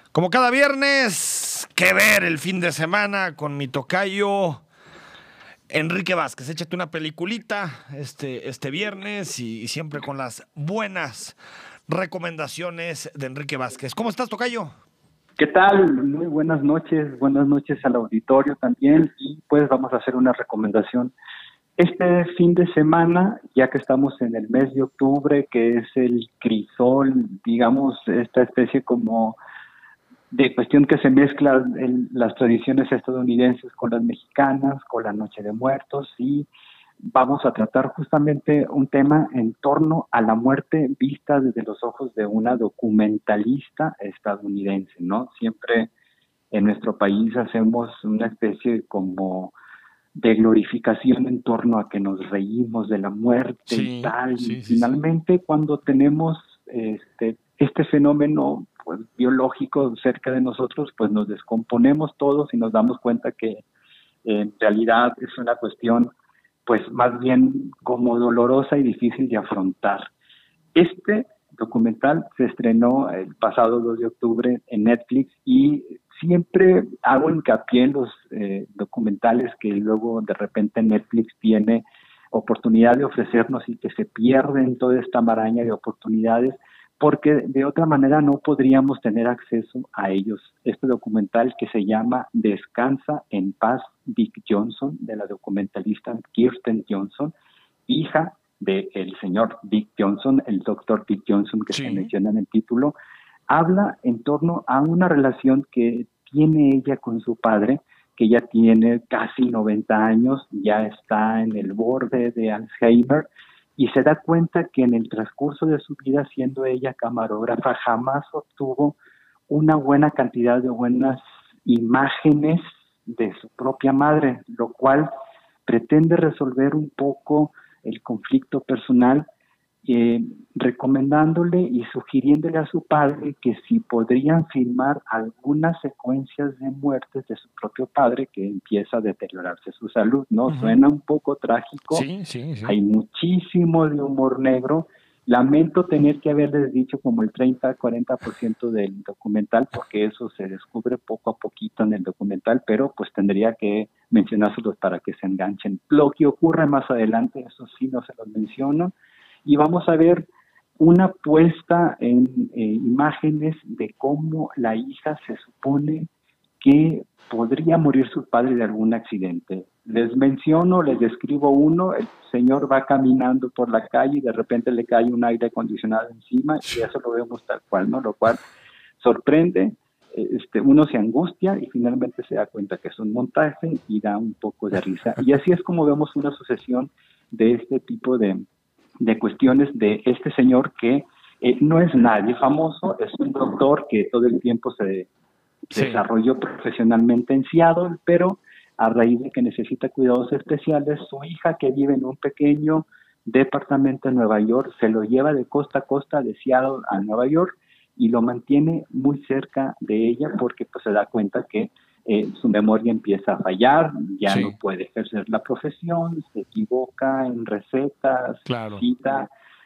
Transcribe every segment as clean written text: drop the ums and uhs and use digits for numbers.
Como cada viernes, que ver el fin de semana con mi tocayo Enrique Vázquez. Échate una peliculita este viernes y siempre con las buenas recomendaciones de Enrique Vázquez. ¿Cómo estás, tocayo? ¿Qué tal? Muy buenas noches al auditorio también, y pues vamos a hacer una recomendación. Este fin de semana, ya que estamos en el mes de octubre, que es el crisol, digamos, esta especie como de cuestión que se mezcla en las tradiciones estadounidenses con las mexicanas, con la Noche de Muertos, y vamos a tratar justamente un tema en torno a la muerte vista desde los ojos de una documentalista estadounidense, ¿no? Siempre en nuestro país hacemos una especie como de glorificación en torno a que nos reímos de la muerte y tal, y finalmente cuando tenemos este fenómeno pues biológico cerca de nosotros, pues nos descomponemos todos y nos damos cuenta que en realidad es una cuestión pues más bien como dolorosa y difícil de afrontar. Este documental se estrenó el pasado 2 de octubre en Netflix, y siempre hago hincapié en los documentales que luego de repente Netflix tiene oportunidad de ofrecernos y que se pierden toda esta maraña de oportunidades, porque de otra manera no podríamos tener acceso a ellos. Este documental, que se llama Descansa en paz, Dick Johnson, de la documentalista Kirsten Johnson, hija del señor Dick Johnson, el doctor Dick Johnson que se menciona en el título, habla en torno a una relación que tiene ella con su padre, que ya tiene casi 90 años, ya está en el borde de Alzheimer, y se da cuenta que en el transcurso de su vida, siendo ella camarógrafa, jamás obtuvo una buena cantidad de buenas imágenes de su propia madre, lo cual pretende resolver un poco el conflicto personal, recomendándole y sugiriéndole a su padre que si podrían filmar algunas secuencias de muertes de su propio padre, que empieza a deteriorarse su salud, ¿no? Suena un poco trágico, Sí. hay muchísimo de humor negro. Lamento tener que haberles dicho como el 30-40% del documental, porque eso se descubre poco a poquito en el documental, pero pues tendría que mencionárselos para que se enganchen. Lo que ocurre más adelante, eso sí no se los menciono, y vamos a ver una puesta en imágenes de cómo la hija se supone que podría morir su padre de algún accidente. Les describo uno: el señor va caminando por la calle y de repente le cae un aire acondicionado encima, y eso lo vemos tal cual, ¿no? Lo cual sorprende, uno se angustia y finalmente se da cuenta que es un montaje y da un poco de risa. Y así es como vemos una sucesión de este tipo de cuestiones de este señor que no es nadie famoso, es un doctor que todo el tiempo se desarrolló profesionalmente en Seattle, pero a raíz de que necesita cuidados especiales, su hija, que vive en un pequeño departamento en Nueva York, se lo lleva de costa a costa, de Seattle a Nueva York, y lo mantiene muy cerca de ella porque pues se da cuenta que su memoria empieza a fallar, ya no puede ejercer la profesión, se equivoca en recetas, cita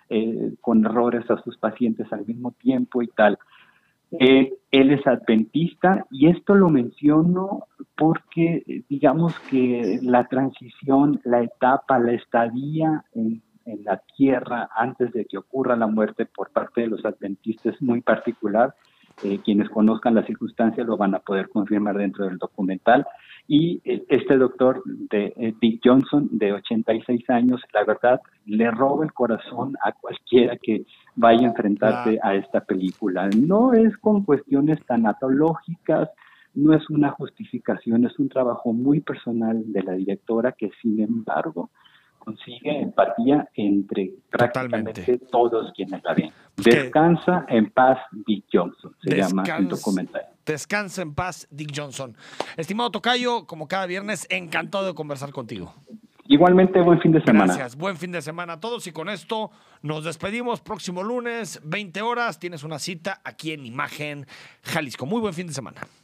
con errores a sus pacientes al mismo tiempo y tal. Él es adventista, y esto lo menciono porque digamos que la transición, la etapa, la estadía en la tierra antes de que ocurra la muerte por parte de los adventistas es muy particular. Quienes conozcan las circunstancias lo van a poder confirmar dentro del documental. Y este doctor Dick Johnson, de 86 años, la verdad, le roba el corazón a cualquiera que vaya a enfrentarse a esta película. No es con cuestiones tanatológicas, no es una justificación, es un trabajo muy personal de la directora, que sin embargo consigue empatía entre prácticamente todos quienes la ven. Descansa en paz, Dick Johnson, se llama el documental. Descansa en paz, Dick Johnson. Estimado tocayo, como cada viernes, encantado de conversar contigo. Igualmente, buen fin de semana. Gracias, buen fin de semana a todos, y con esto nos despedimos. Próximo lunes, 20 horas, tienes una cita aquí en Imagen Jalisco. Muy buen fin de semana.